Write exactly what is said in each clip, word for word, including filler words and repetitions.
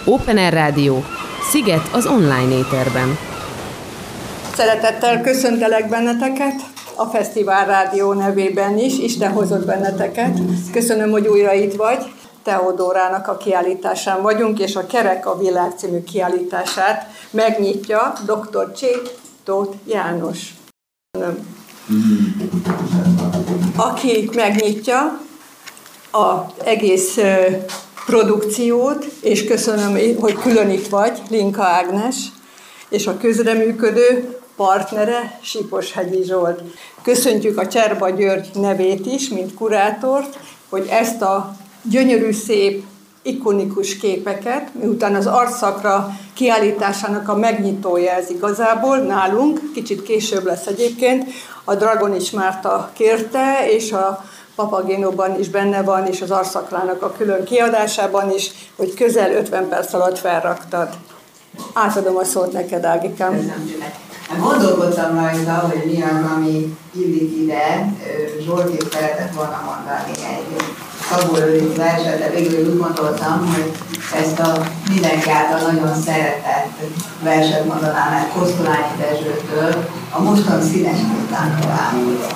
Open Air Rádió, Sziget az online éterben. Szeretettel köszöntelek benneteket, a Fesztivál Rádió nevében is, Isten hozott benneteket. Köszönöm, hogy újra itt vagy. Teodórának a kiállításán vagyunk, és a Kerek a Világ című kiállítását megnyitja doktor Cs. Tóth János. Köszönöm. Aki megnyitja az egész produkciót, és köszönöm, hogy külön itt vagy, Linka Ágnes, és a közreműködő partnere Siposhegyi Zsolt. Köszöntjük a Cserba György nevét is, mint kurátort, hogy ezt a gyönyörű, szép, ikonikus képeket, miután az Arcszakra kiállításának a megnyitója ez igazából nálunk, kicsit később lesz egyébként, a Dragonics Márta kérte, és a Papagénóban is benne van, és az Arcszakrának a külön kiadásában is, hogy közel ötven perc alatt felraktad. Átadom a szót neked, Ágikám. Köszönöm. Gondolkodtam rajta, hogy mi az, ami illik ide. Zsolték szeretett volna mondani egy Szabó Lőrinc verset, de végül úgy gondoltam, hogy ezt a mindenki által nagyon szeretett verset mondanám el Kosztolányi Dezsőtől, a mostan színes tintánkról álmodom.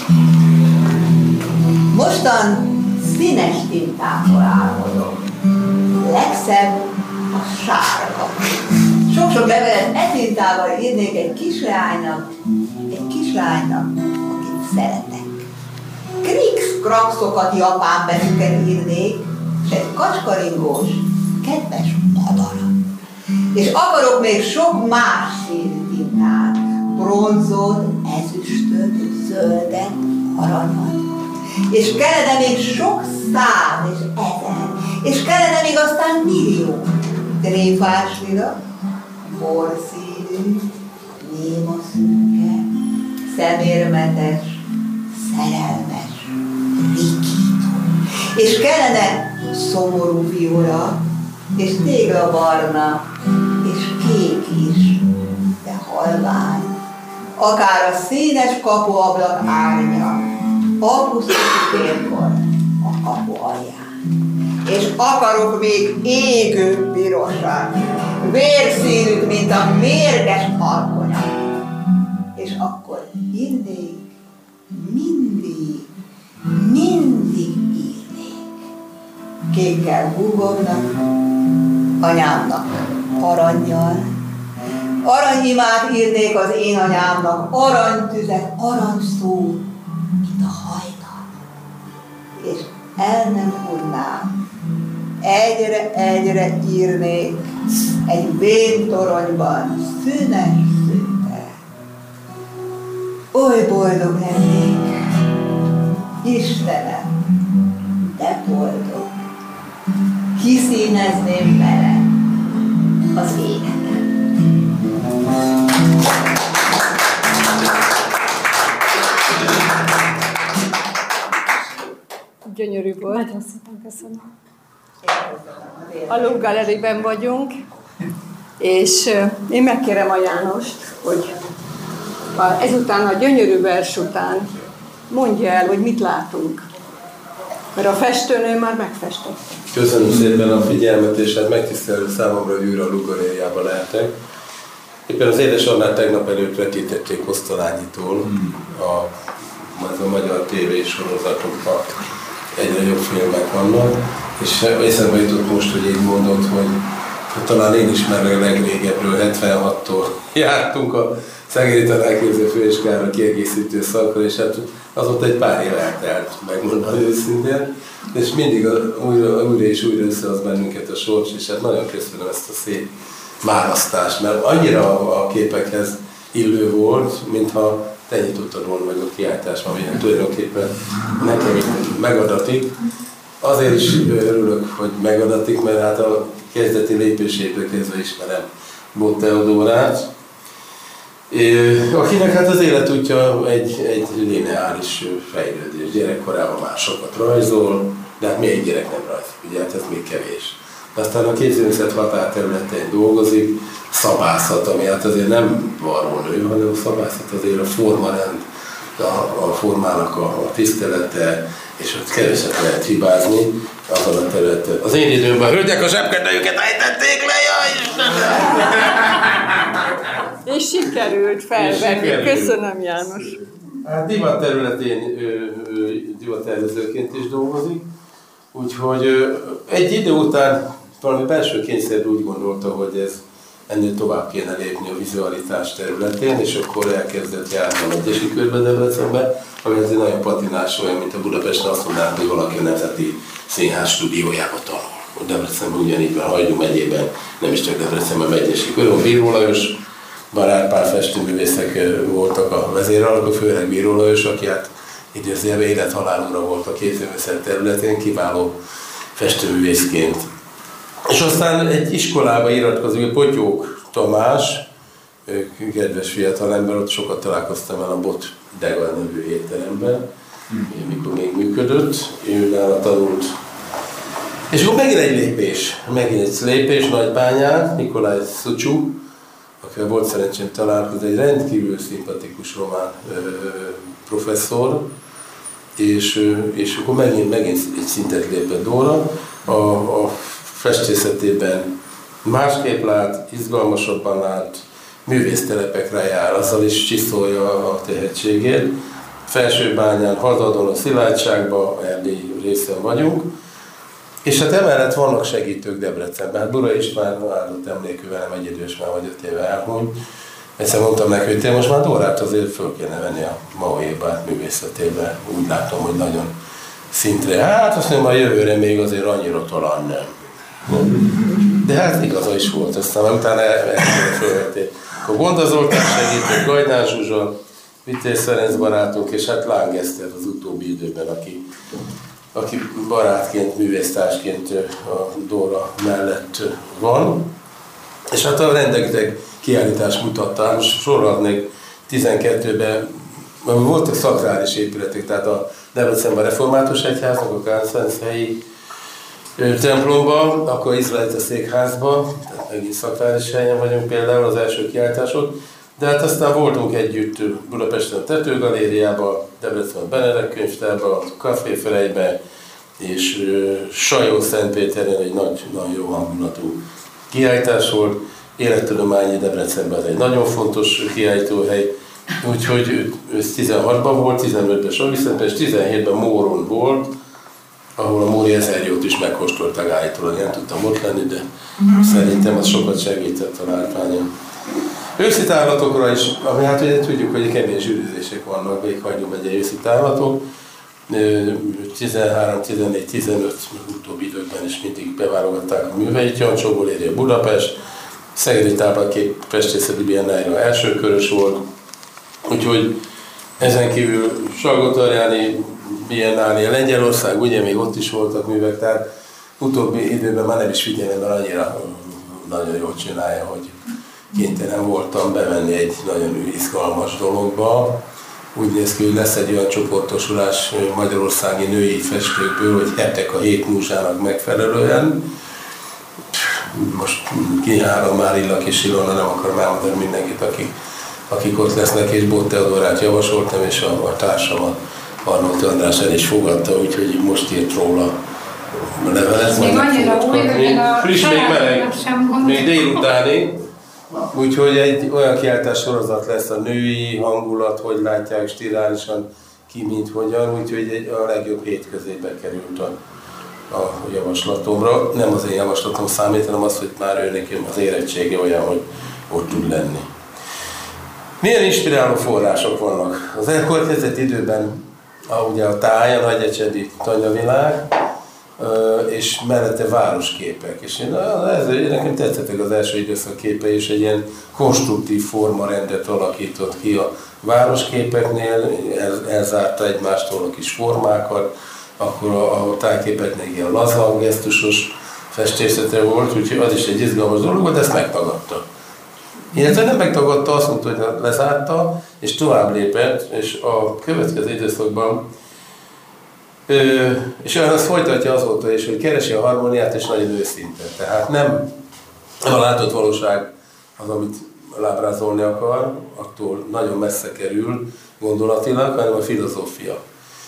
Mostan színes tintánkról álmodom, legszebb a sárga. Sok-sok levelet e tintával írnék egy kisleánynak, egy kislánynak, akit szeretek. Krix-kraxokat japán betűket írnék, és egy kacskaringós, kedves madarat. És akarok még sok más színű tintát, bronzot, ezüstöt, zöldet, aranyat. És kellene még sok száz és ezer, és kellene még aztán millió. Tréfás lila, borszínű, néma szürke, szemérmetes, szerelmes, rikító. És kellene szomorú viola, és téglabarna, és kék is, de halvány. Akár a színes kapuablak árnya, augusztusi térkor a kapu alján. És akarok még égő pirosat, vérszínűt, mint a mérges alkonya. És akkor írnék, mindig, mindig írnék. Kékkel húgomnak, anyámnak arannyal. Aranyimát írnék az én anyámnak, aranytüzet, aranyszó, mint a hajnal. És el nem tudnám, egyre-egyre írnék egy véntoronyban szünes szüntere. Oly boldog lennék, Istenem, de boldog, kiszínezném vele az életet. Gyönyörű volt. Nagyon szépen köszönöm. A Louvre Galleryben vagyunk, és én megkérem a Jánost, hogy ezután a gyönyörű vers után mondja el, hogy mit látunk. Mert a festőnő már megfestett. Köszönöm szépen a figyelmet, és hát megtisztelő számomra, hogy újra a Louvre Galériában lehetek. Éppen az édesanyját tegnap előtt vetítették Kosztolányitól a, a magyar tévésorozatokban. Egyre jobb filmek vannak, és eszembe jutott most, hogy így mondod, hogy, hogy talán én ismerem a legrégebbről, hetvenhattól jártunk a Szegedi Tanárképző Főiskolára kiegészítő szakra, és hát azóta egy pár év eltelt, megmondom őszintén, és mindig a, újra, újra és újra összehoz bennünket a sors, és hát nagyon köszönöm ezt a szép választást, mert annyira a képekhez illő volt, mintha te nyitottad volna meg a kiáltásban, vagy tulajdonképpen nekem itt megadatik. Azért is örülök, hogy megadatik, mert hát a kezdeti lépésétől kezdve ismerem Bot Teodórát, akinek hát az életútja egy, egy lineáris fejlődés. Gyerekkorában már sokat rajzol, de hát még gyerek nem rajzik, ugye hát ez még kevés. Aztán a képzőművészet határterületén dolgozik, szabászat, ami hát azért nem varrónő, hanem a szabászat azért a formarend, a, a formának a, a tisztelete, és ott keveset lehet hibázni azon a területen. Az én időmben a hölgyek a zsebkendőjüket ejtették le, jaj Istenem! És sikerült felvenni. Sikerült. Köszönöm, János. Hát divat területén divattervezőként is dolgozik, úgyhogy ö, egy idő után valami belső kényszerű úgy gondolta, hogy ez ennél tovább kéne lépni a vizualitás területén, és akkor elkezdett járni a Megyesi Körbe Debrecenbe, ami azért nagyon patinás, olyan, mint a Budapesten azt mondanám, hogy valaki a Nemzeti Színház stúdiójába tanul. Debrecenben ugyanígy van, Hajdú megyében, nem is csak Debrecenben, Megyesi Körön. Bíró Lajos, Barát Pál festőművészek voltak a vezéralakok, főleg Bíró Lajos, aki hát idézőjelben élet-halálúra volt a képzőművészet területén, kiváló festőművészként. És aztán egy iskolába iratkozik, Potyók Tamás, kedves fiatalember, ott sokat találkoztam el a Bot Dega nevű étteremben, mikor még működött, ő nála tanult. És akkor megint egy lépés, megint egy lépés Nagybányán, Nikolaj Szucsú, akivel volt szerencsém találkozni, egy rendkívül szimpatikus román ö, professzor, és, és akkor megint, megint egy szintet lépett Dóra. A, a festészetében másképp lát, izgalmasabban lát, művésztelepekre jár, azzal is csiszolja a tehetségét. Felsőbányán, Hadadon, a Szilágyságban, Erdély részen vagyunk. És hát emellett vannak segítők Debrecenben. Hát Bura István áldott emlékű, velem egy idős, már vagy öt éve elhunyt. Egyszer mondtam neki, hogy te most már Dórát azért föl kéne venni a Maóébát művészetébe. Úgy látom, hogy nagyon szintre. Hát azt mondom, a jövőre még azért annyira talán nem. De hát igaza is volt, aztán utána elfölvették. Akkor Gonda Zoltán segített, Gajdán Zsuzsa, Vitéz Ferenc barátunk, és hát Láng Eszter az utóbbi időben, aki, aki barátként, művésztársként a Dóra mellett van. És hát a rengeteg kiállítást mutatta, most sorolhatnék tizenkettőben, voltak szakrális épületek, tehát a Debrecenben Református Egyháznak, a Kánszenthelyi templomban, akkor izraelita székházban, tehát megint szakrális helyen vagyunk például az első kiállítások, de hát aztán voltunk együtt Budapesten a Tetőgalériában, Debrecenben Benedek könyvtárban, a Café Ferejben, és Sajó-Szentpéteren egy nagy, nagyon jó hangulatú kiállítás volt. Élettudományi Debrecenben egy nagyon fontos kiállítóhely, úgyhogy ez tizenhatban volt, tizenötben Sajó-Szentpéteren, és tizenhétben Móron volt, ahol a Móri ezerjót is megkóstolták állítólag, nem tudtam ott lenni, de szerintem az sokat segített a látványon. Őszi távlatokra is, ami hát ugye tudjuk, hogy kemény zsűrizések vannak, még Hajdú megyei őszi távlatok, tizenhárom, tizennégy, tizenöt utóbbi időkben is mindig beválogatták a műveit, Jancsó Galéria Budapest, Szegedi Táblakép Festészeti Biennáira első körös volt, úgyhogy ezen kívül Salgótarjáni Biennália, Lengyelország, ugye még ott is voltak művek, tehát utóbbi időben már nem is figyelem, mert annyira nagyon jól csinálja, hogy kénytelen voltam bevenni egy nagyon izgalmas dologba. Úgy néz ki, hogy lesz egy olyan csoportosulás magyarországi női festőkből, hogy hetek a hét múzsának megfelelően. Most kihárom már Illa Kis Ilona, nem akarom elmondani mindenkit, akik, akik ott lesznek, és Bot Teodorát javasoltam, és a, a társamat Arnold András el is fogadta, úgyhogy most írt róla a levelet. Még annyira új, hogy a friss, még meleg, még délutáni. Úgyhogy egy olyan kiáltás sorozat lesz, a női hangulat, hogy látják stilálisan ki, mint hogyan, úgyhogy egy, a legjobb hét közébe került a, a javaslatomra. Nem az én javaslatom számít, hanem az, hogy már ő nekem az érettsége olyan, hogy ott tud lenni. Milyen inspiráló források vannak? Az elkövetkezett időben a, ugye a táj, a nagyecsedi tanyavilág, és mellette városképek. És én, ez, nekem tetszettek az első időszak képe, és egy ilyen konstruktív formarendet alakított ki a városképeknél, el, elzárta egymástól a kis formákat, akkor a, a tájképeknél ilyen laza, gesztusos festészete volt, úgyhogy az is egy izgalmas dolog volt, de ezt megtagadta. Illetve nem megtagadta, azt mondta, hogy lezárta, és tovább lépett, és a következő időszakban Ö, és olyan azt folytatja azóta is, hogy keresi a harmóniát, és nagyon őszinte. Tehát nem a látott valóság az, amit lábrázolni akar, attól nagyon messze kerül gondolatilag, hanem a filozófia.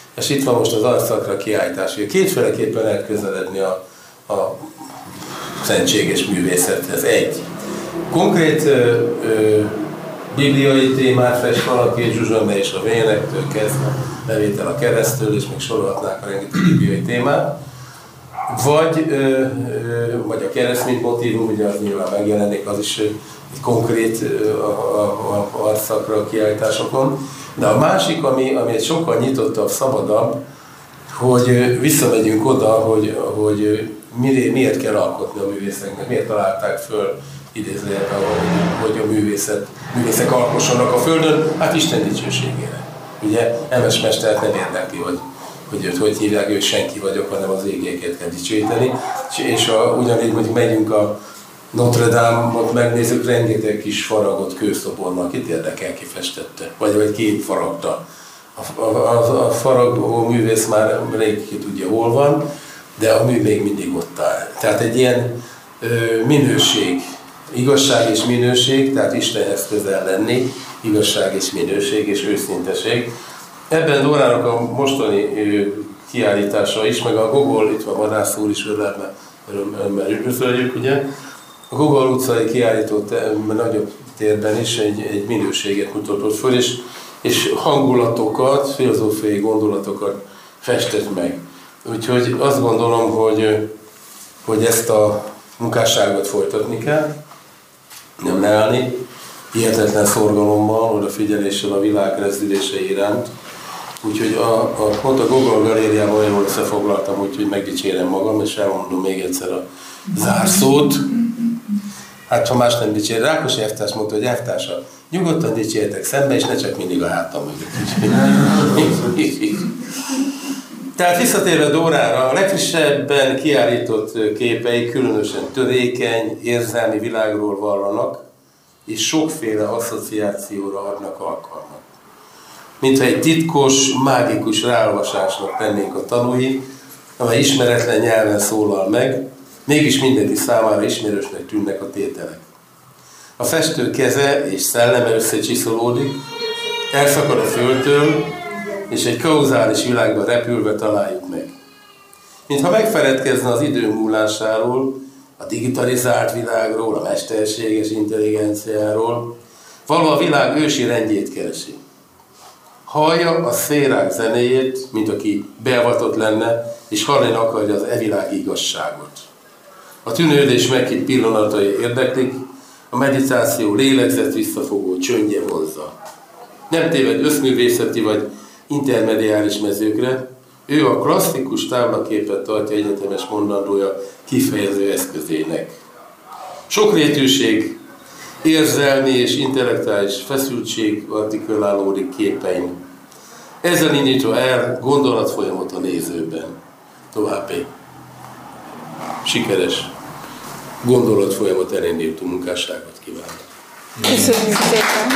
és itt van most az arcszakra kiállítás. Kétféleképpen lehet közeledni a, a szentséges művészethez. Egy, konkrét ö, ö, bibliai témát fest valaki, Zsuzsanna és a vénektől kezdve, Levétel a keresztől, és még sorolhatnák a rengeteg bibliai témát. Vagy, ö, ö, vagy a kereszt, mint motívum, ugye az nyilván megjelenik, az is egy konkrét arcszakra a kiállításokon. De a másik, ami, ami egy sokkal nyitottabb, szabadabb, hogy visszamegyünk oda, hogy, hogy miért kell alkotni a művészeknek, miért találták föl idézőjelben, hogy, hogy a művészet, művészek alkossanak a Földön, hát Isten dicsőségére. Ugye Emes mestert nem érdekli, hogy hogy őt hogy hívják, hogy senki vagyok, hanem az égéket kell dicsőíteni. És a, ugyanígy mondjuk megyünk a Notre Dame-ot megnézzük, rengeteg kis faragott kőszobornak, itt érdekel, ki festette, vagy, vagy ki faragta. A, a, a faragó művész már rég ki tudja, hol van, de a mű még mindig ott áll. Tehát egy ilyen ö, minőség, igazság és minőség, tehát Istenhez közel lenni, igazság és minőség és őszinteség. Ebben Dórának a mostani kiállítása is, meg a Gogol, itt van Vadász úr is, örömmel üdvözöljük, ugye? A Gogol utcai kiállító nagyobb térben is egy, egy minőséget mutatott föl, és, és hangulatokat, filozófiai gondolatokat festett meg. Úgyhogy azt gondolom, hogy, hogy ezt a munkásságot folytatni kell, nem leállni, hihetetlen szorgalommal, odafigyeléssel a világ rezdülése iránt. Úgyhogy a, a, pont a Gogol galériában olyan jól összefoglaltam, úgyhogy megdicsérem magam, és elmondom még egyszer a zárszót. Hát ha más nem dicsér, Rákosi elvtárs mondta, hogy elvtársa, nyugodtan dicsértek szembe, és ne csak mindig a hátam mögött. Tehát visszatérve Dórára, a legfrissebben kiállított képei különösen törékeny, érzelmi világról vallanak, és sokféle asszociációra adnak alkalmat. Mintha egy titkos, mágikus ráolvasásnak tennénk a tanúi, amely ismeretlen nyelven szólal meg, mégis mindenki számára ismerősnek tűnnek a tételek. A festő keze és szelleme összecsiszolódik, elszakad a földtől, és egy kauzális világban repülve találjuk meg. Mintha megfeledkezne az idő múlásáról, a digitalizált világról, a mesterséges intelligenciáról, való a világ ősi rendjét keresi. Hallja a szférák zenéjét, mint aki beavatott lenne, és hallani akarja az evilági igazságot. A tűnődés meghitt pillanatai érdeklik, a meditáció lélegzett visszafogó csöndje vonzza. Nem téved összművészeti vagy intermediális mezőkre, ő a klasszikus táblaképet tartja egyetemes mondandója kifejező eszközének. Sokrétűség, érzelmi és intellektuális feszültség artikulálódik képein. Ezzel indítva el gondolatfolyamat a nézőben. További sikeres gondolatfolyamat elindító munkásságot kívánok. Köszönjük szépen!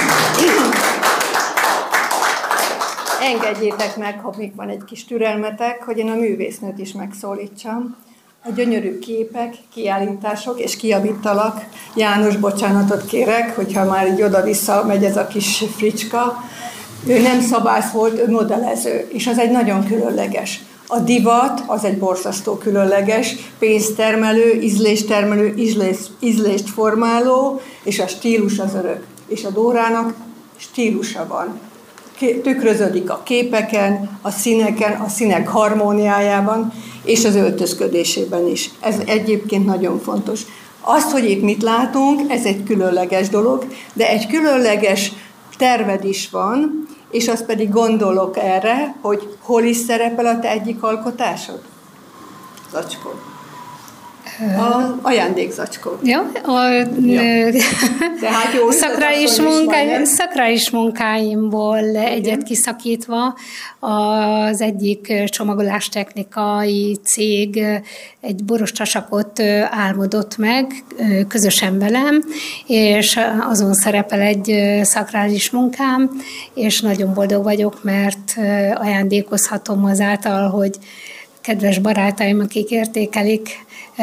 Engedjétek meg, ha még van egy kis türelmetek, hogy én a művésznőt is megszólítsam. A gyönyörű képek, kiállítások, és kijavítalak. János, bocsánatot kérek, hogyha már így oda-vissza megy ez a kis fricska. Ő nem szabász volt, ő modellező, és az egy nagyon különleges. A divat az egy borzasztó különleges, pénztermelő, ízléstermelő, ízlés, ízlést formáló, és a stílus az örök. És a Dórának stílusa van. Tükröződik a képeken, a színeken, a színek harmóniájában, és az öltözködésében is. Ez egyébként nagyon fontos. Azt, hogy itt mit látunk, ez egy különleges dolog, de egy különleges terved is van, és azt pedig gondolok erre, hogy hol is szerepel a te egyik alkotásod? Zacskó. Az ajándékzacskó. Ja, a, ja. Tehát jó, szakrális, munkáim, szakrális munkáimból egyet kiszakítva az egyik csomagolástechnikai cég egy borostasakot álmodott meg közösen velem, és azon szerepel egy szakrális munkám, és nagyon boldog vagyok, mert ajándékozhatom azáltal, hogy kedves barátaim, akik értékelik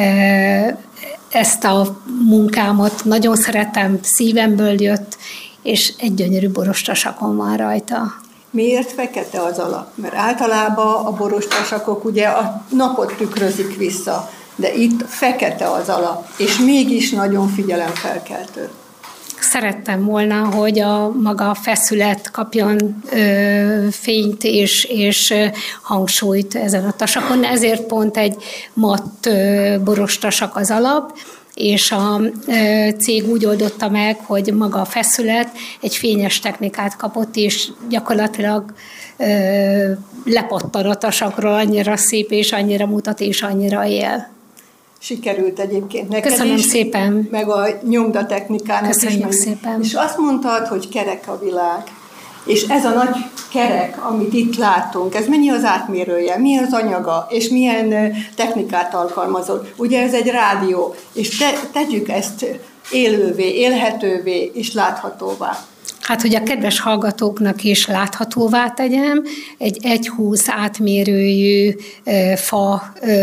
ezt a munkámat, nagyon szeretem, szívemből jött, és egy gyönyörű borostasakon van rajta. Miért fekete az alap? Mert általában a borostasakok ugye a napot tükrözik vissza, de itt fekete az alap, és mégis nagyon figyelemfelkeltő. Szerettem volna, hogy a maga a feszület kapjon ö, fényt és, és ö, hangsúlyt ezen a tasakon, ezért pont egy matt ö, boros tasak az alap, és a ö, cég úgy oldotta meg, hogy maga a feszület egy fényes technikát kapott, és gyakorlatilag ö, lepattan a tasakról, annyira szép, és annyira mutat, és annyira él. Sikerült egyébként neked Köszönöm is, szépen. meg a nyomdatechnikának Köszönjük is. szépen. És azt mondtad, hogy kerek a világ. És ez a nagy kerek, amit itt látunk, ez mennyi az átmérője, mi az anyaga, és milyen technikát alkalmazol. Ugye ez egy rádió, és te, tegyük ezt élővé, élhetővé és láthatóvá. Hát, hogy a kedves hallgatóknak is láthatóvá tegyem, egy egy húsz átmérőjű e, fa e,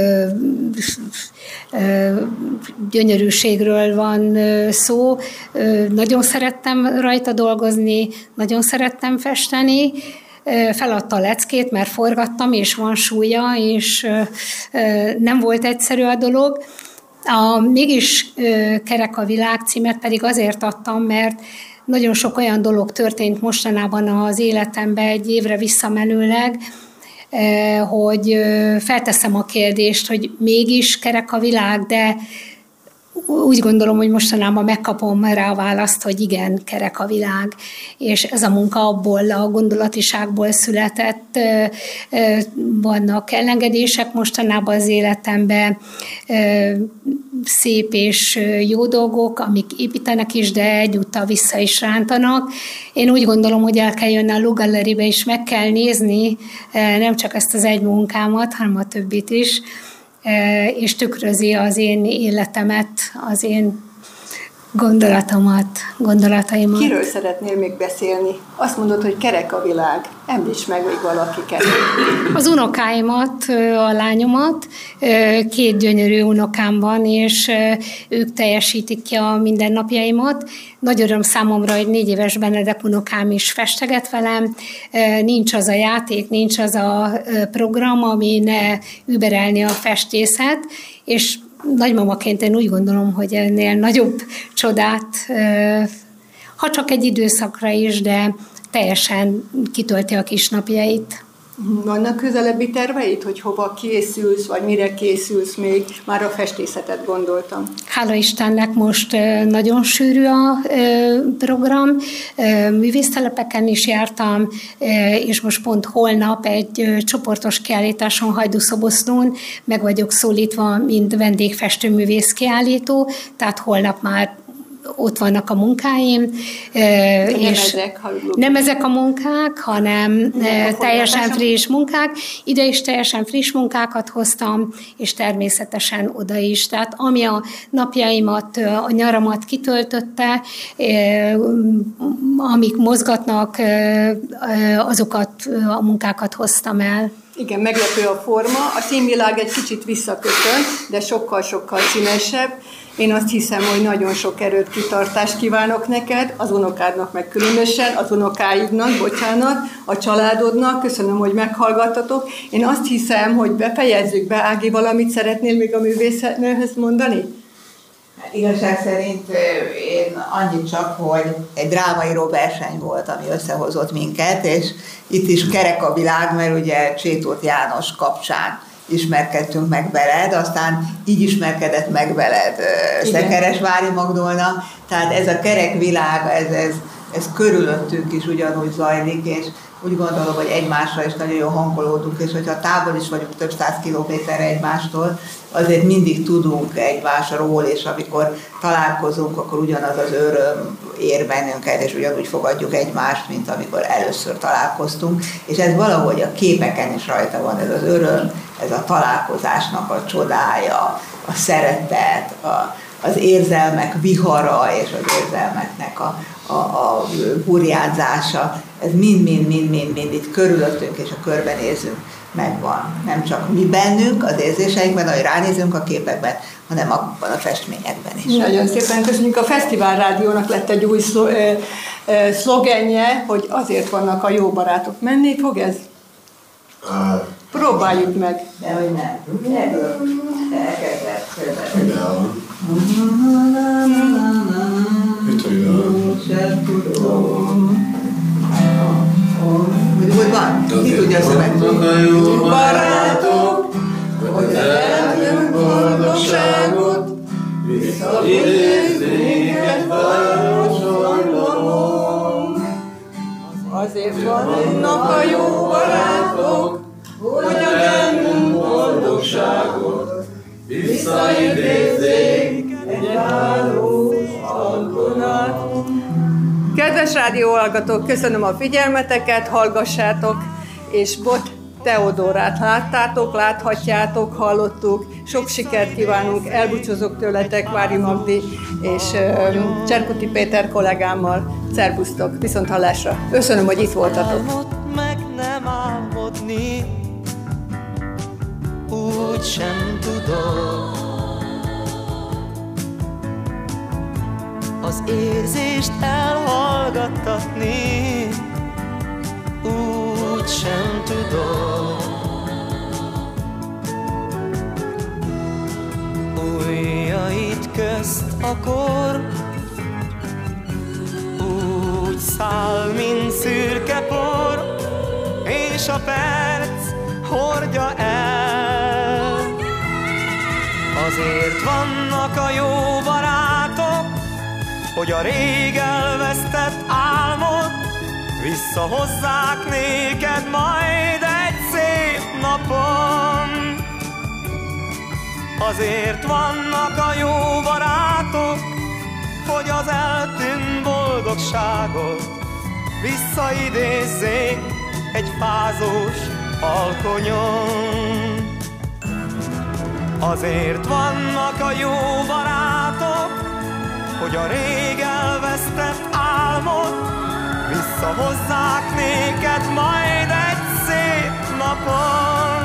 e, gyönyörűségről van e, szó. E, nagyon szerettem rajta dolgozni, nagyon szerettem festeni. E, feladta a leckét, mert forgattam, és van súlya, és e, e, nem volt egyszerű a dolog. A Mégis e, kerek a világ címet pedig azért adtam, mert nagyon sok olyan dolog történt mostanában az életemben egy évre visszamenőleg, hogy felteszem a kérdést, hogy mégis kerek a világ, de úgy gondolom, hogy mostanában megkapom rá a választ, hogy igen, kerek a világ. És ez a munka abból, a gondolatiságból született. Vannak elengedések mostanában az életemben, szép és jó dolgok, amik építenek is, de egyúttal vissza is rántanak. Én úgy gondolom, hogy el kell jönni a Look Gallerybe, és meg kell nézni nem csak ezt az egy munkámat, hanem a többit is, és tükrözi az én életemet, az én gondolatomat, gondolataimat. Kiről szeretnél még beszélni? Azt mondod, hogy kerek a világ. Említs meg még valakiket. Az unokáimat, a lányomat, két gyönyörű unokám van, és ők teljesítik ki a mindennapjaimat. Nagy öröm számomra, hogy négy éves Benedek unokám is festeget velem. Nincs az a játék, nincs az a program, ami ne überelni a festészet, és nagymamaként én úgy gondolom, hogy ennél nagyobb csodát, ha csak egy időszakra is, de teljesen kitölti a kis napjait. Vannak közelebbi terveid, hogy hova készülsz, vagy mire készülsz még? Már a festészetet gondoltam. Hála Istennek most nagyon sűrű a program. Művésztelepeken is jártam, és most pont holnap egy csoportos kiállításon Hajdúszoboszlón meg vagyok szólítva, mint vendégfestőművész kiállító, tehát holnap már ott vannak a munkáim. Nem és ezek, nem ezek a munkák, hanem a teljesen friss munkák. Ide is teljesen friss munkákat hoztam, és természetesen oda is. Tehát ami a napjaimat, a nyaramat kitöltötte, amik mozgatnak, azokat a munkákat hoztam el. Igen, meglepő a forma. A színvilág egy kicsit visszaköszön, de sokkal-sokkal színesebb. Én azt hiszem, hogy nagyon sok erőt, kitartást kívánok neked, az unokádnak meg különösen, az unokáidnak, bocsánat, a családodnak. Köszönöm, hogy meghallgattatok. Én azt hiszem, hogy befejezzük be. Ági, valamit szeretnél még a művésznőhöz mondani? Hát igazság szerint én annyit csak, hogy egy drámaíró verseny volt, ami összehozott minket, és itt is kerek a világ, mert ugye Csétót János kapcsán ismerkedtünk meg veled, aztán így ismerkedett meg veled Szekeresvári Magdolna, tehát ez a kerek világ, ez, ez, ez körülöttünk is ugyanúgy zajlik, és úgy gondolom, hogy egymásra is nagyon jól hangolódunk, és hogyha távol is vagyunk több száz kilométerre egymástól, azért mindig tudunk egymásról, és amikor találkozunk, akkor ugyanaz az öröm ér bennünket, és ugyanúgy fogadjuk egymást, mint amikor először találkoztunk, és ez valahogy a képeken is rajta van, ez az öröm, ez a találkozásnak a csodája, a szeretet, a, az érzelmek vihara és az érzelmeknek a, a, a burjánzása, ez mind-mind-mind-mind itt körülöttünk és a körbenézünk megvan. Nem csak mi bennünk, az érzéseinkben, ahogy ránézünk a képekben, hanem abban a festményekben is. Nagyon szépen köszönjük. A Fesztivál Rádiónak lett egy új szlo- ö, ö, szlogenje, hogy azért vannak a jó barátok. Menni fog ez? Uh, Próbáljuk meg. De hogy nem. Ebből elkezdett közben. Mit Hogy úgy van? Ki tudja a szöveget? Barátok, hogy eltűnk boldogságot, visszaidézzék egy városon. Azért vannak a jó barátok, hogy a elmúlt boldogságot visszaidézzék egy város alkonát. Kedves rádióhallgatók, köszönöm a figyelmeteket, hallgassátok, és Bot Teodórát láttátok, láthatjátok, hallottuk. Sok sikert kívánunk, elbúcsúzok tőletek, Vári Magdi és uh, Cserkuti Péter kollégámmal. Szerbusztok, viszont hallásra. Köszönöm, hogy itt voltatok. Álmod meg nem álmodni, úgy sem tudok. Az érzést elhallgattatni, úgy sem tudok. Ujjait közt a kor, úgy száll, mint szürke por, és a perc hordja el. Azért vannak a jó barátok, hogy a rég elvesztett álmod visszahozzák néked majd egy szép napon. Azért vannak a jó barátok, hogy az eltűnt boldogságot visszaidézzék egy fázós alkonyon. Azért vannak a jó barátok, hogy a rég elvesztett álmod visszahozzák néked majd egy szép napon.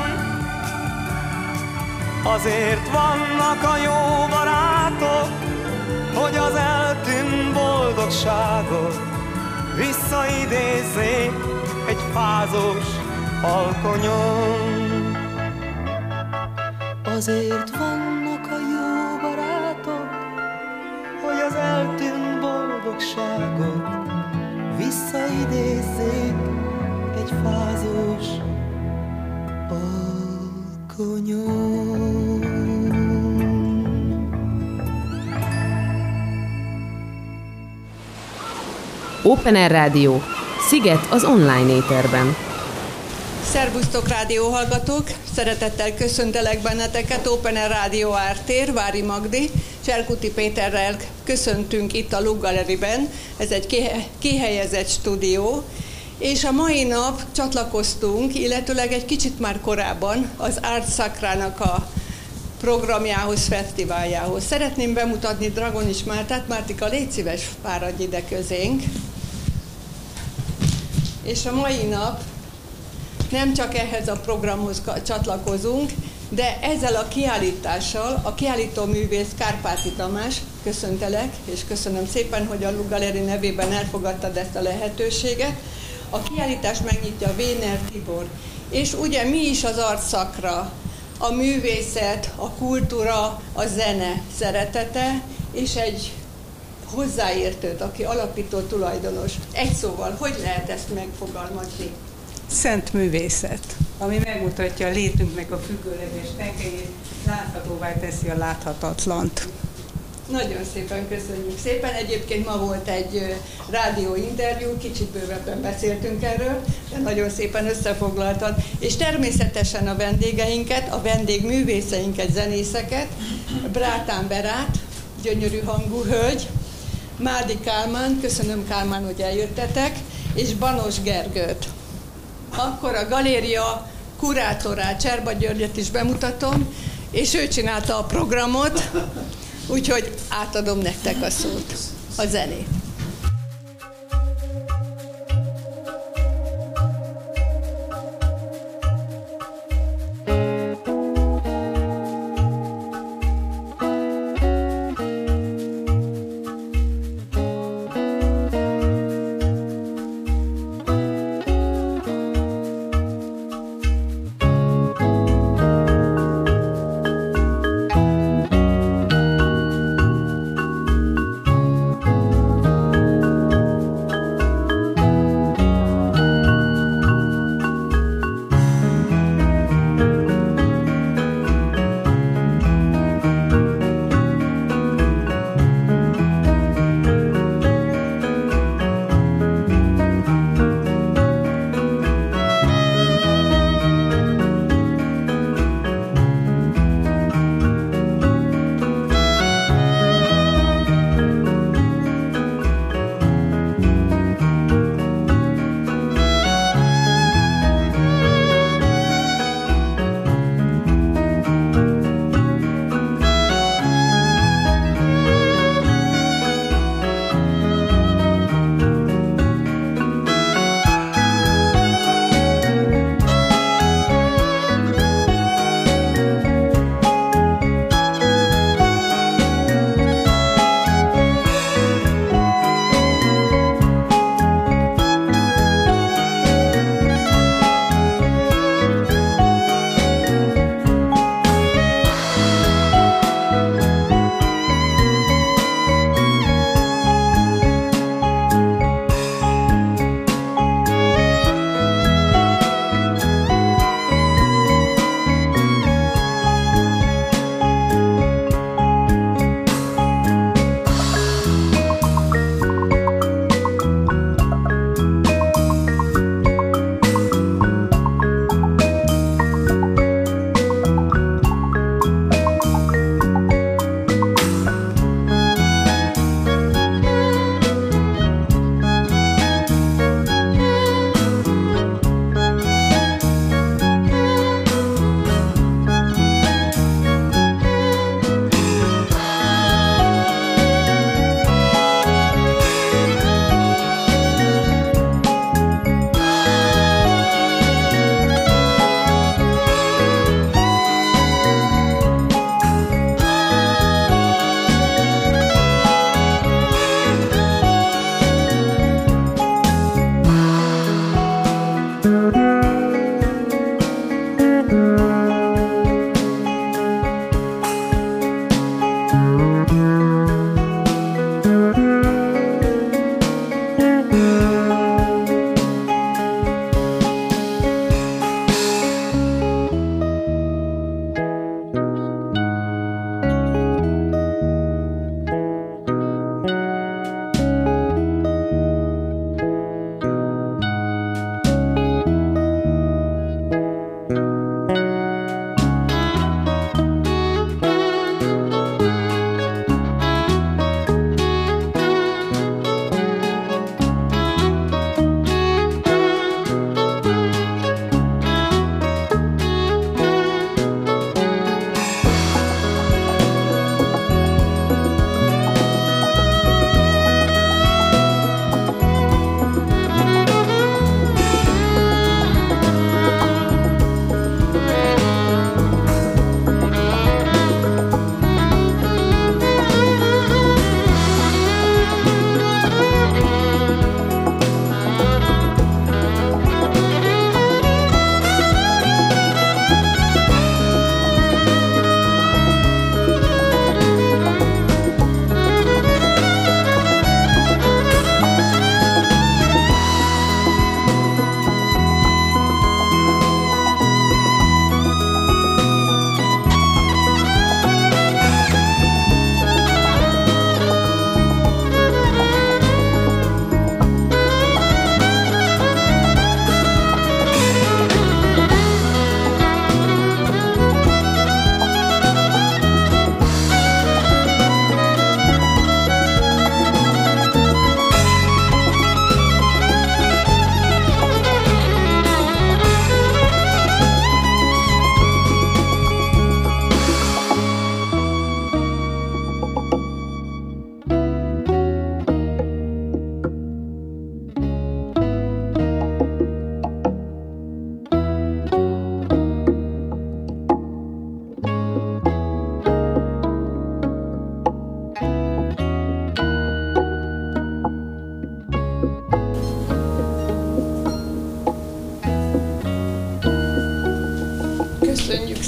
Azért vannak a jó barátok, hogy az eltűnt boldogságot visszaidézzék egy fázós alkonyon. Azért vannak a jó barátok, hogy az eltűnt boldogságot visszaidézzék egy fázós alkonyon. Open Air Rádió. Sziget az online éterben. Szerbusztok, rádióhallgatók! Szeretettel köszöntelek benneteket, Open Air Rádió Ártér, Vári Magdi, Cserkuti Péterrel köszöntünk itt a Look Galleryben. Ez egy kihelyezett stúdió, és a mai nap csatlakoztunk, illetőleg egy kicsit már korábban az Art Sacrának a programjához, fesztiváljához. Szeretném bemutatni Dragonis Mártát. Mártika, légy szíves, fáradj ide közénk. És a mai nap nem csak ehhez a programhoz csatlakozunk, de ezzel a kiállítással a kiállító művész Kárpáti Tamás, köszöntelek, és köszönöm szépen, hogy a Look Gallery nevében elfogadtad ezt a lehetőséget. A kiállítás megnyitja Véner Tibor. És ugye mi is az Art Sacra? A művészet, a kultúra, a zene szeretete, és egy hozzáértőt, aki alapító tulajdonos. Egy szóval, hogy lehet ezt megfogalmazni? Szent művészet, ami megmutatja a létünknek a függőleges tenkelyét, láthatóvá teszi a láthatatlant. Nagyon szépen köszönjük szépen. Egyébként ma volt egy rádióinterjú, kicsit bővebben beszéltünk erről, de nagyon szépen összefoglaltad. És természetesen a vendégeinket, a vendégművészeinket, zenészeket, Brátán Berát, gyönyörű hangú hölgy, Mádi Kálmán, köszönöm Kálmán, hogy eljöttetek, és Banos Gergőt. Akkor a galéria kurátorát, Cserba Györgyet is bemutatom, és ő csinálta a programot, úgyhogy átadom nektek a szót, a zenét. Thank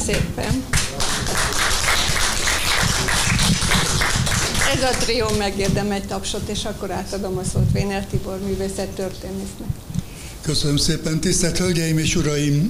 szépen. Ez a trió megérdem egy tapsot, és akkor átadom a szót Véner Tibor művészettörténésznek. Köszönöm szépen, tisztelt Hölgyeim és Uraim!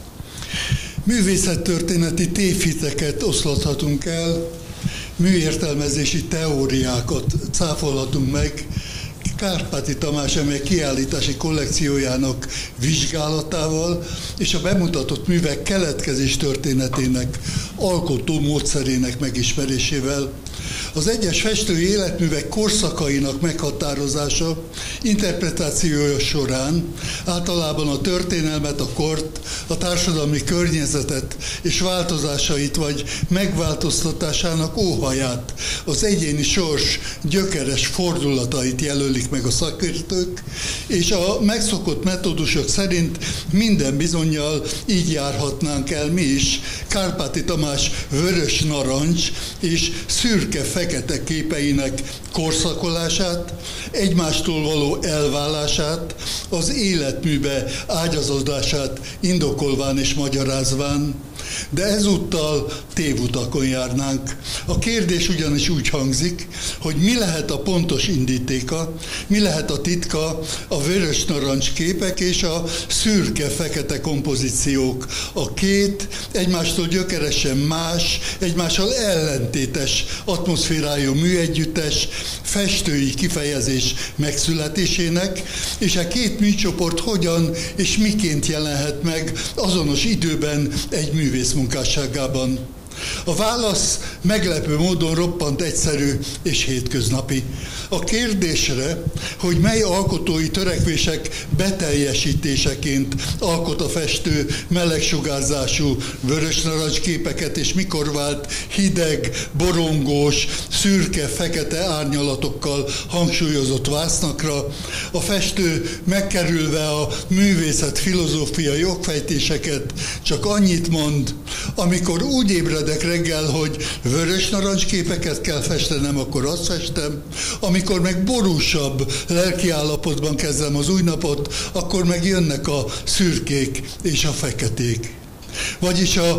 Művészettörténeti tévhiteket oszlathatunk el, műértelmezési teóriákat cáfolhatunk meg, Kárpáti Tamás eme kiállítási kollekciójának vizsgálatával és a bemutatott művek keletkezés történetének, alkotó módszerének megismerésével. Az egyes festői életművek korszakainak meghatározása, interpretációja során általában a történelmet, a kort, a társadalmi környezetet és változásait vagy megváltoztatásának óhaját, az egyéni sors gyökeres fordulatait jelölik meg a szakértők, és a megszokott metódusok szerint minden bizonnyal így járhatnánk el mi is Kárpáti Tamás vörös-narancs és szürke-fekete képeinek korszakolását, egymástól való elválását, az életműbe ágyazódását indokolván és magyarázván. De ezúttal tévutakon járnánk. A kérdés ugyanis úgy hangzik, hogy mi lehet a pontos indítéka, mi lehet a titka a vörös-narancs képek és a szürke-fekete kompozíciók. A két egymástól gyökeresen más, egymással ellentétes atmoszférájú műegyüttes festői kifejezés megszületésének, és a két műcsoport hogyan és miként jelenhet meg azonos időben egy művész munkásságában. A válasz meglepő módon roppant egyszerű és hétköznapi. A kérdésre, hogy mely alkotói törekvések beteljesítéseként alkot a festő melegsugárzású vörös-narancs képeket, és mikor vált hideg, borongós, szürke-fekete árnyalatokkal hangsúlyozott vásznakra, a festő megkerülve a művészet filozófiai okfejtéseket csak annyit mond, amikor úgy ébredek reggel, hogy vörös-narancs képeket kell festenem, akkor azt festem, amikor meg borúsabb lelkiállapotban kezdem az új napot, akkor meg jönnek a szürkék és a feketék. Vagyis a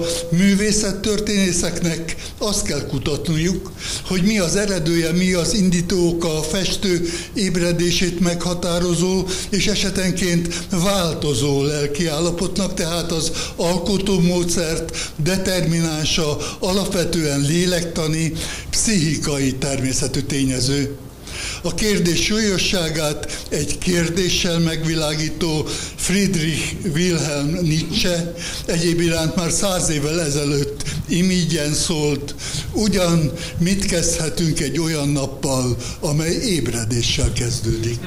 művészettörténészeknek azt kell kutatniuk, hogy mi az eredője, mi az indító oka a festő ébredését meghatározó és esetenként változó lelkiállapotnak, tehát az alkotómódszert determinánsa alapvetően lélektani, pszichikai természetű tényező. A kérdés súlyosságát egy kérdéssel megvilágító Friedrich Wilhelm Nietzsche egyéb iránt már száz évvel ezelőtt imígyen szólt, ugyan mit kezdhetünk egy olyan nappal, amely ébredéssel kezdődik.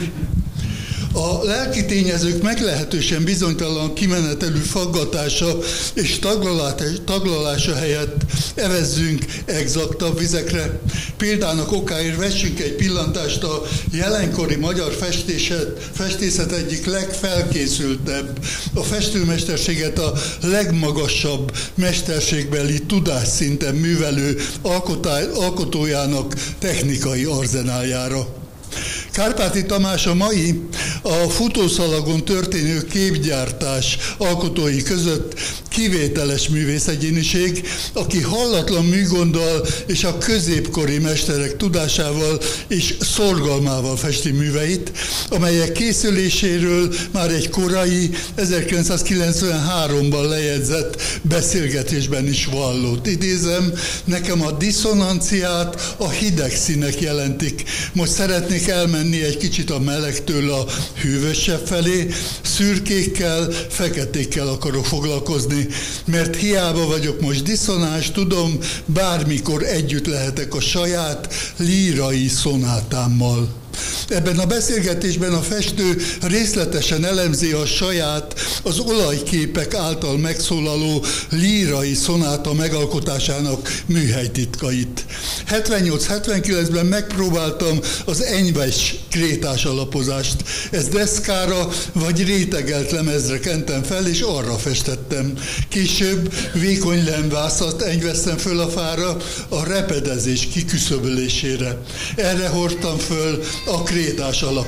A lelki tényezők meglehetősen bizonytalan kimenetelű faggatása és taglalása helyett evezzünk exaktabb vizekre. Példának okáért vessünk egy pillantást a jelenkori magyar festészet egyik legfelkészültebb, a festőmesterséget a legmagasabb mesterségbeli tudásszinten művelő alkotójának technikai arzenáljára. Kárpáti Tamás a mai, a futószalagon történő képgyártás alkotói között kivételes művészegyéniség, aki hallatlan műgonddal és a középkori mesterek tudásával és szorgalmával festi műveit, amelyek készüléséről már egy korai, ezerkilencszázkilencvenháromban lejegyzett beszélgetésben is vallott. Idézem, nekem a diszonanciát a hideg színek jelentik. Most szeretnék elmenni egy kicsit a melegtől a hűvösebb felé, szürkékkel, feketékkel akarok foglalkozni, mert hiába vagyok most diszonáns, tudom, bármikor együtt lehetek a saját lírai szonátámmal. Ebben a beszélgetésben a festő részletesen elemzi a saját, az olajképek által megszólaló lírai szonáta megalkotásának műhelytitkait. hetvennyolc-hetvenkilencben megpróbáltam az enyves krétás alapozást. Ezt deszkára vagy rétegelt lemezre kentem fel, és arra festettem. Később vékony lemvászat enyveztem föl a fára a repedezés kiküszöbölésére. Erre hordtam föl a krétás alapot.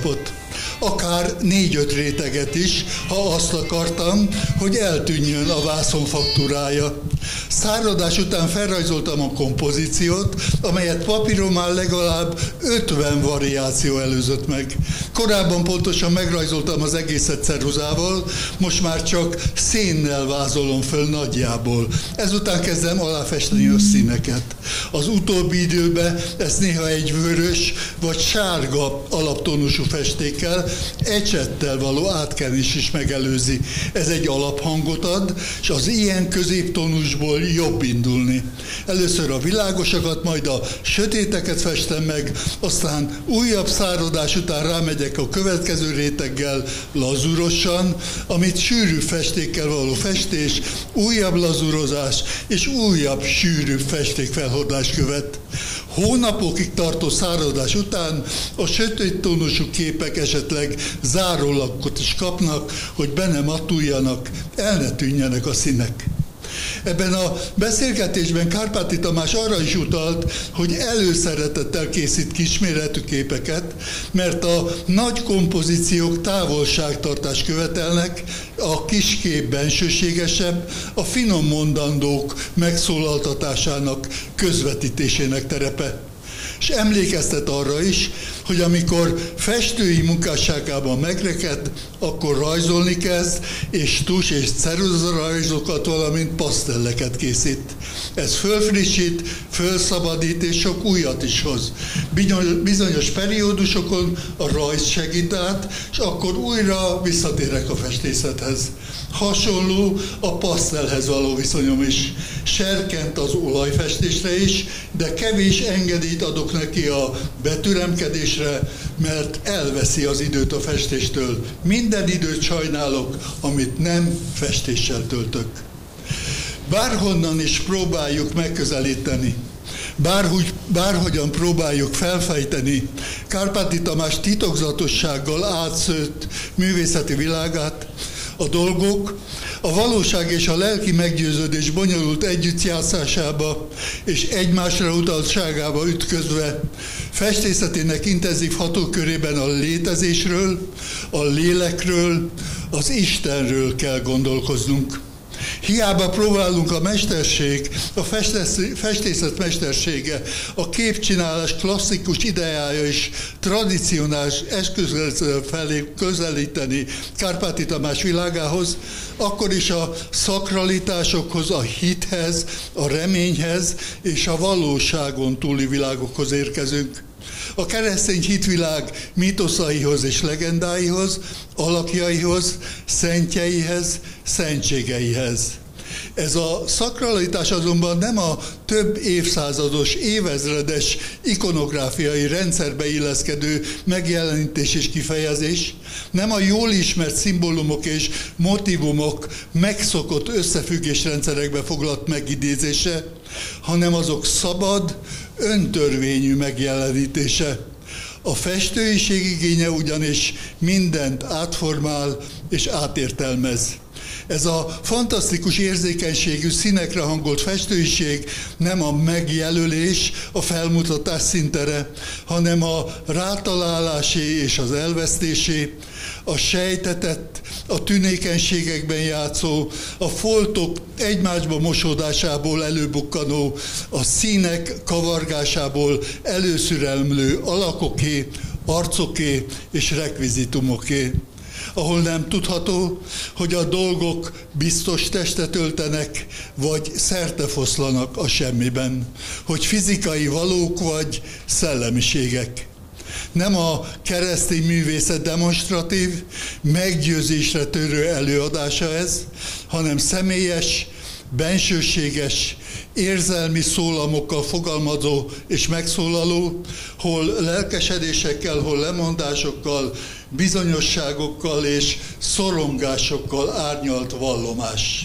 Akár négy-öt réteget is, ha azt akartam, hogy eltűnjön a vászonfaktúrája. Száradás után felrajzoltam a kompozíciót, amelyet papíron már legalább ötven variáció előzött meg. Korábban pontosan megrajzoltam az egészet ceruzával, most már csak szénnel vázolom föl nagyjából. Ezután kezdem aláfesteni a színeket. Az utóbbi időben ezt néha egy vörös vagy sárga alaptónusú festékkel, ecsettel való átkenés is megelőzi. Ez egy alaphangot ad, és az ilyen középtónusból jobb indulni. Először a világosakat, majd a sötéteket festem meg, aztán újabb száradás után rámegyek a következő réteggel lazurosan, amit sűrű festékkel való festés, újabb lazurozás és újabb sűrű festékfelhordás követ. Hónapokig tartó száradás után a sötéttónusú képek esetleg zárólapot is kapnak, hogy be ne matuljanak, el ne tűnjenek a színek. Ebben a beszélgetésben Kárpáti Tamás arra is utalt, hogy előszeretettel készít kisméretű képeket, mert a nagy kompozíciók távolságtartást követelnek, a kiskép bensőségesebb, a finom mondandók megszólaltatásának, közvetítésének terepe. És emlékeztet arra is, hogy amikor festői munkásságában megreked, akkor rajzolni kezd, és tus és ceruzarajzokat, valamint pasztelleket készít. Ez fölfrissít, fölszabadít, és sok újat is hoz. Bizonyos periódusokon a rajz segít át, és akkor újra visszatérek a festészethez. Hasonló a pasztelhez való viszonyom is. Serkent az olajfestésre is, de kevés engedélyt adok neki a betüremkedésre, mert elveszi az időt a festéstől. Minden időt sajnálok, amit nem festéssel töltök. Bárhonnan is próbáljuk megközelíteni, bárhogy, bárhogyan próbáljuk felfejteni Kárpáti Tamás titokzatossággal átszőtt művészeti világát, a dolgok a valóság és a lelki meggyőződés bonyolult együttjátszásába és egymásra utaltságába ütközve festészetének intenzív hatókörében a létezésről, a lélekről, az Istenről kell gondolkoznunk. Hiába próbálunk a mesterség, a festészet mestersége, a képcsinálás klasszikus ideája és tradicionális eszközzel felé közelíteni Kárpáti Tamás világához, akkor is a szakralitásokhoz, a hithez, a reményhez és a valóságon túli világokhoz érkezünk. A keresztény hitvilág mítoszaihoz és legendáihoz, alakjaihoz, szentjeihez, szentségeihez. Ez a szakralitás azonban nem a több évszázados, évezredes ikonográfiai rendszerbe illeszkedő megjelenítés és kifejezés, nem a jól ismert szimbólumok és motívumok megszokott összefüggésrendszerekbe foglalt megidézése, hanem azok szabad, öntörvényű megjelenítése. A festőiség igénye ugyanis mindent átformál és átértelmez. Ez a fantasztikus érzékenységű színekre hangolt festőiség nem a megjelölés, a felmutatás szintere, hanem a rátalálásé és az elvesztésé, a sejtetett, a tünékenységekben játszó, a foltok egymásba mosódásából előbukkanó, a színek kavargásából előszürelmlő alakoké, arcoké és rekvizitumoké, ahol nem tudható, hogy a dolgok biztos testet öltenek, vagy szertefoszlanak a semmiben, hogy fizikai valók vagy szellemiségek. Nem a keresztény művészet demonstratív, meggyőzésre törő előadása ez, hanem személyes, bensőséges, érzelmi szólamokkal fogalmazó és megszólaló, hol lelkesedésekkel, hol lemondásokkal, bizonyosságokkal és szorongásokkal árnyalt vallomás.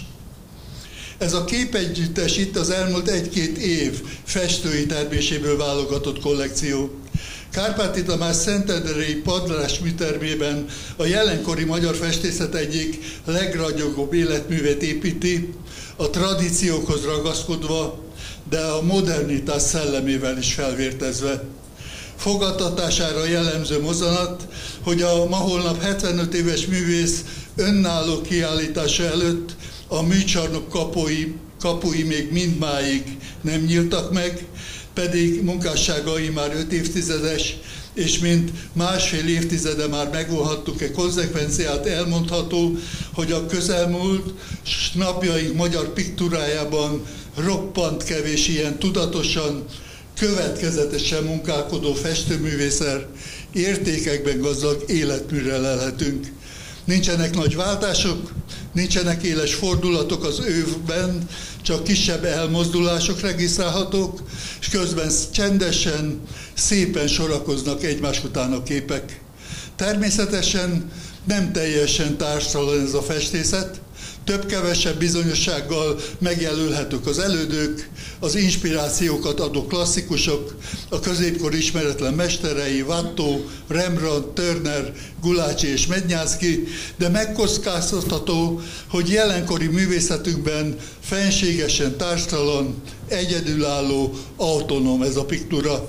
Ez a képegyüttes itt az elmúlt egy-két év festői terméséből válogatott kollekció. Kárpáti Tamás szentendrei Padlás műtermében a jelenkori magyar festészet egyik legragyogóbb életművet építi, a tradíciókhoz ragaszkodva, de a modernitás szellemével is felvértezve. Fogadtatására jellemző mozzanat, hogy a ma holnap hetvenöt éves művész önálló kiállítása előtt a műcsarnok kapui, kapui még mindmáig nem nyíltak meg, pedig munkásságai már öt évtizedes, és mint másfél évtizede már megvonhattuk-e konzekvenciát, elmondható, hogy a közelmúlt s napjaink magyar piktúrájában roppant kevés ilyen tudatosan, következetesen munkálkodó festőművészer értékekben gazdag életműre lelhetünk. Nincsenek nagy váltások, nincsenek éles fordulatok az övben, csak kisebb elmozdulások regisztrálhatók, és közben csendesen, szépen sorakoznak egymás után a képek. Természetesen nem teljesen társtalan ez a festészet, több-kevesebb bizonyossággal megjelölhetők az elődök, az inspirációkat adó klasszikusok, a középkor ismeretlen mesterei, Watteau, Rembrandt, Turner, Gulácsi és Mednyánszky, de megkockáztatható, hogy jelenkori művészetünkben fenségesen társtalan, egyedülálló, autonóm ez a piktúra.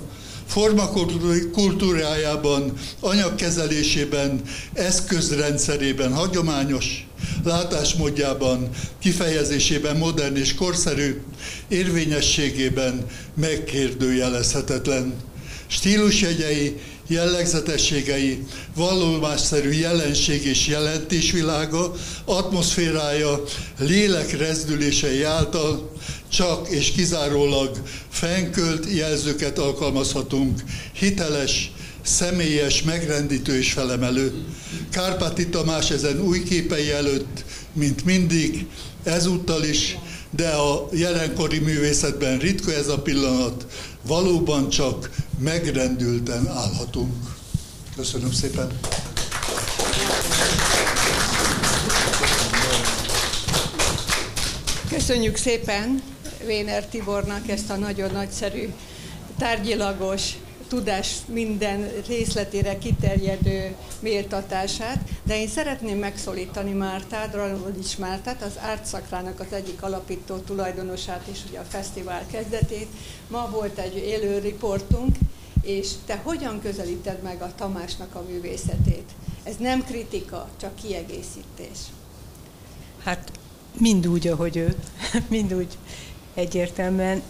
Formakultúrájában, anyagkezelésében, eszközrendszerében hagyományos, látásmódjában, kifejezésében modern és korszerű, érvényességében megkérdőjelezhetetlen. Stílusjegyei, jellegzetességei, vallomásszerű jelenség és jelentésvilága, atmoszférája, lélekrezdülései által csak és kizárólag fennkölt jelzőket alkalmazhatunk, hiteles, személyes, megrendítő és felemelő. Kárpáti Tamás ezen új képei előtt, mint mindig, ezúttal is, de a jelenkori művészetben ritka ez a pillanat, valóban csak megrendülten állhatunk. Köszönöm szépen! Köszönjük szépen Véner Tibornak ezt a nagyon nagyszerű, tárgyilagos, tudás minden részletére kiterjedő méltatását, de én szeretném megszólítani Mártát, Radonjics Mártát, az Ártszakrának az egyik alapító tulajdonosát és ugye a fesztivál kezdetét. Ma volt egy élő riportunk, és te hogyan közelíted meg a Tamásnak a művészetét? Ez nem kritika, csak kiegészítés. Hát mind úgy, ahogy ő, mind úgy egyértelműen.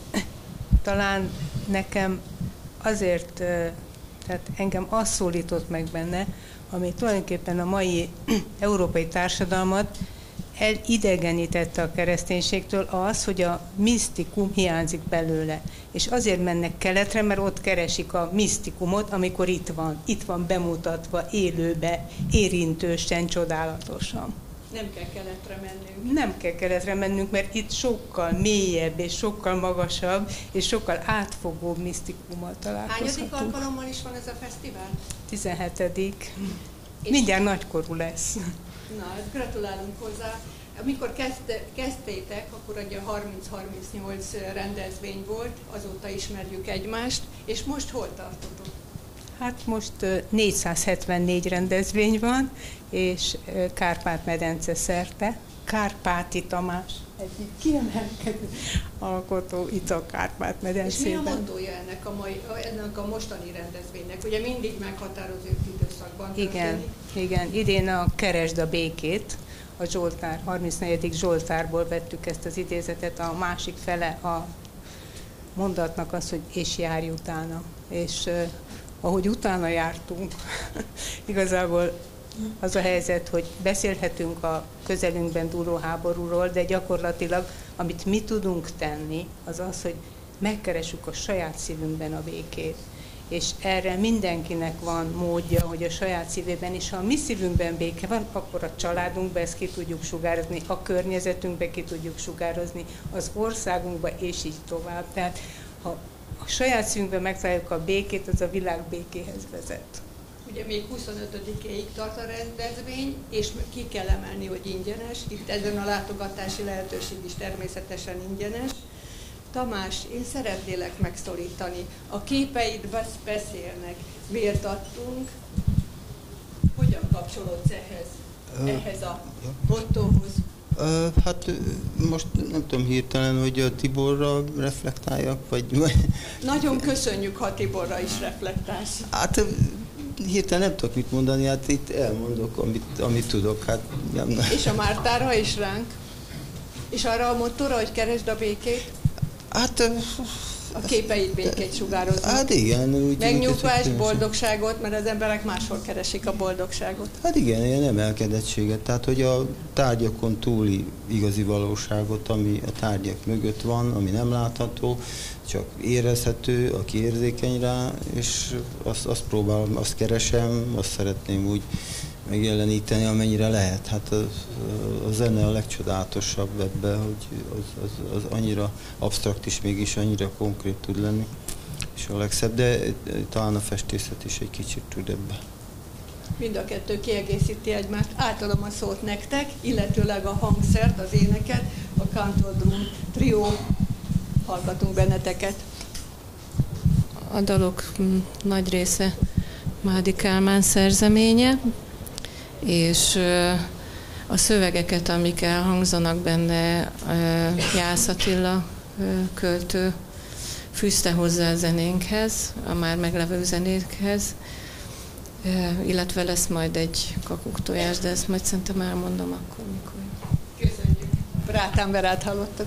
Talán nekem azért, tehát engem az szólított meg benne, ami tulajdonképpen a mai európai társadalmat elidegenítette a kereszténységtől, az, hogy a misztikum hiányzik belőle. És azért mennek keletre, mert ott keresik a misztikumot, amikor itt van. Itt van bemutatva, élőbe, érintősen, csodálatosan. Nem kell keletre mennünk. Nem kell keletre mennünk, mert itt sokkal mélyebb, és sokkal magasabb, és sokkal átfogóbb misztikummal találkozhatunk. Hányadik alkalommal is van ez a fesztivál? tizenhetedik Mindjárt nagykorú lesz. Na, gratulálunk hozzá. Amikor kezdte, kezdtétek, akkor ugye harminc-harmincnyolc rendezvény volt, azóta ismerjük egymást, és most hol tartotok? Hát most négyszázhetvennégy rendezvény van, és Kárpát-medence szerte. Kárpáti Tamás egyik kiemelkedő alkotó itt a Kárpát-medencében. És mi a mondója ennek a, mai, ennek a mostani rendezvénynek? Ugye mindig meghatározó időszakban történik. Igen, igen, idén a Keresd a békét, a Zsoltár, harmincnegyedik Zsoltárból vettük ezt az idézetet, a másik fele a mondatnak az, hogy és járj utána. És uh, ahogy utána jártunk, igazából az a helyzet, hogy beszélhetünk a közelünkben dúló háborúról, de gyakorlatilag, amit mi tudunk tenni, az az, hogy megkeressük a saját szívünkben a békét. És erre mindenkinek van módja, hogy a saját szívében is, ha a mi szívünkben béke van, akkor a családunkban ezt ki tudjuk sugározni, a környezetünkben ki tudjuk sugározni, az országunkban, és így tovább. Tehát ha a saját szívünkben megtaláljuk a békét, az a világ békéhez vezet. Ugye még huszonötödikéig tart a rendezvény, és ki kell emelni, hogy ingyenes. Itt ezen a látogatási lehetőség is természetesen ingyenes. Tamás, én szeretnélek megszólítani. A képeid beszélnek. Vért adtunk. Hogyan kapcsolódsz ehhez, ehhez a mottóhoz? Hát most nem tudom hirtelen, hogy a Tiborra reflektáljak, vagy... Nagyon köszönjük, ha Tiborra is reflektálsz. Hát hirtelen nem tudok mit mondani, hát itt elmondok, amit, amit tudok. Hát nem. És a Mártára is ránk? És arra a mottóra, hogy keresd a békét? Hát... A képeid békét sugároznak. Hát igen. Úgy megnyugvást, boldogságot, mert az emberek máshol keresik a boldogságot. Hát igen, ilyen emelkedettséget. Tehát, hogy a tárgyakon túli igazi valóságot, ami a tárgyak mögött van, ami nem látható, csak érezhető, aki érzékeny rá, és azt, azt próbálom, azt keresem, azt szeretném úgy megjeleníteni, amennyire lehet. Hát a, a zene a legcsodálatosabb ebben, hogy az, az, az annyira absztrakt is, mégis annyira konkrét tud lenni, és a legszebb, de talán a festészet is egy kicsit tud ebbe. Mind a kettő kiegészíti egymást. Átadom a szót nektek, illetőleg a hangszert, az éneket, a Cantor Drum Trio, hallgatunk benneteket. A dalok nagy része Mádi Kálmán szerzeménye, és a szövegeket, amik elhangzanak benne, Jász Attila költő fűzte hozzá a zenénkhez, a már meglevő zenékhez, illetve lesz majd egy kakuktojás, de ezt majd szerintem elmondom akkor, mikor. Köszönjük. Brátán Verát hallottak.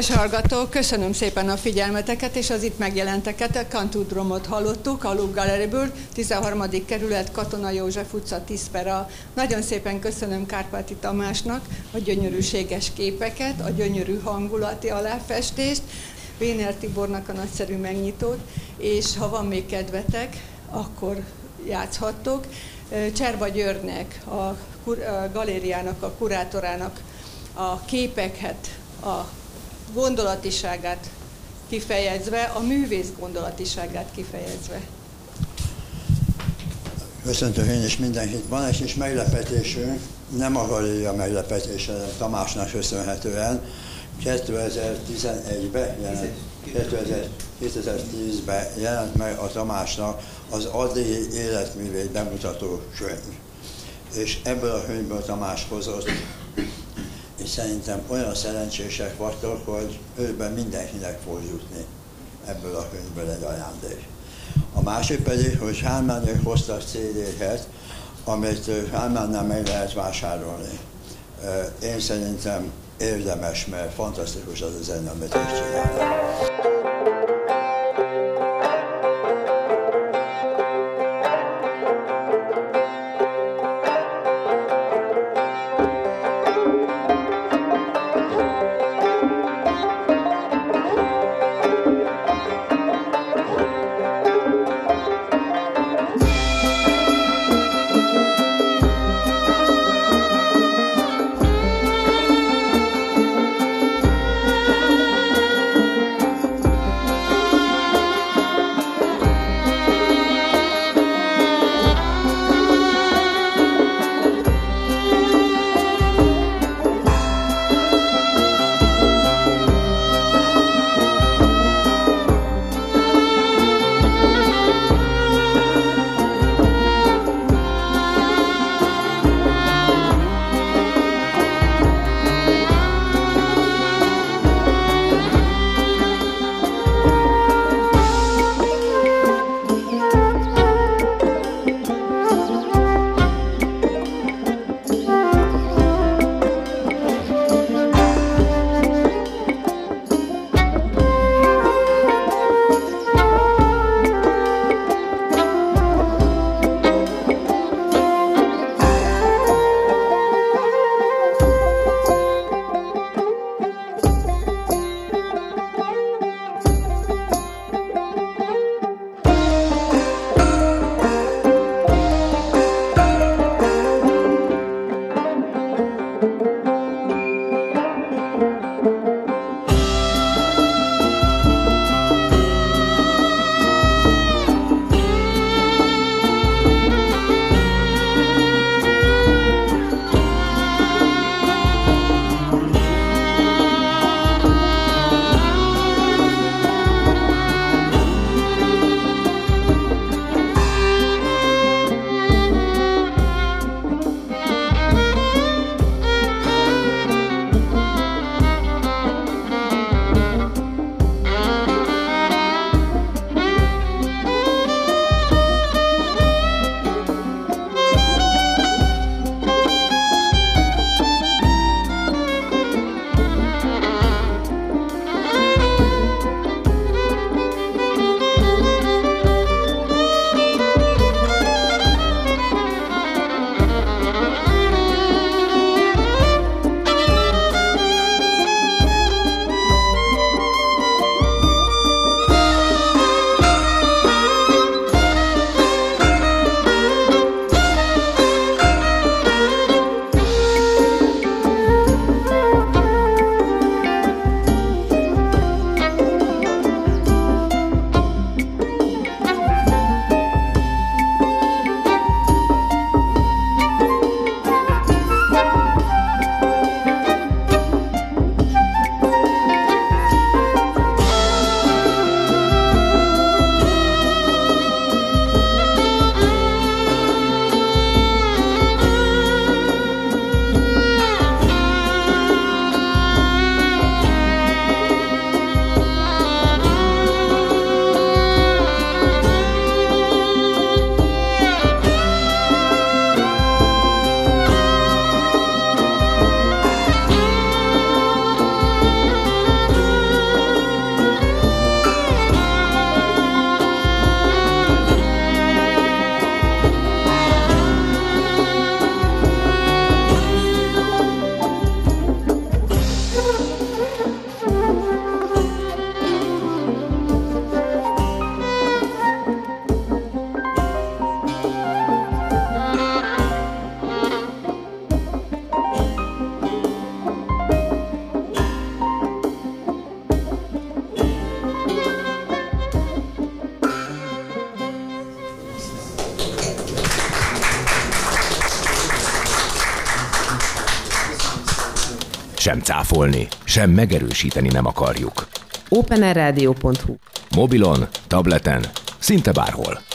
Kedves hallgatók, köszönöm szépen a figyelmeteket és az itt megjelenteket. A Kantudromot hallottuk a Look Galleryből, tizenharmadik kerület, Katona József utca, tíz per A. Nagyon szépen köszönöm Kárpáti Tamásnak a gyönyörűséges képeket, a gyönyörű hangulati aláfestést, Véner Tibornak a nagyszerű megnyitót, és ha van még kedvetek, akkor játszhattok. Cserba Györgynek, a galériának, a kurátorának a képeket, a gondolatiságát kifejezve, a művész gondolatiságát kifejezve. Köszöntök én is mindenkit. Van egy kis meglepetésünk, nem a galéria meglepetése, hanem Tamásnak köszönhetően. kétezer-tizenegyben, jelent, kétezer-tízben jelent meg a Tamásnak az addigi életművét bemutató könyv. És ebből a könyvből Tamás hozott, és szerintem olyan szerencsések vagytok, hogy őben mindenkinek fog jutni ebből a könyvből egy ajándék. A másik pedig, hogy Hálmányék hoztak cé dé-ket, amit Hálmánnál meg lehet vásárolni. Én szerintem érdemes, mert fantasztikus az a zene, amit ők csinálnak. sem cáfolni, sem megerősíteni nem akarjuk. openerradio pont hu Mobilon, tableten, szinte bárhol.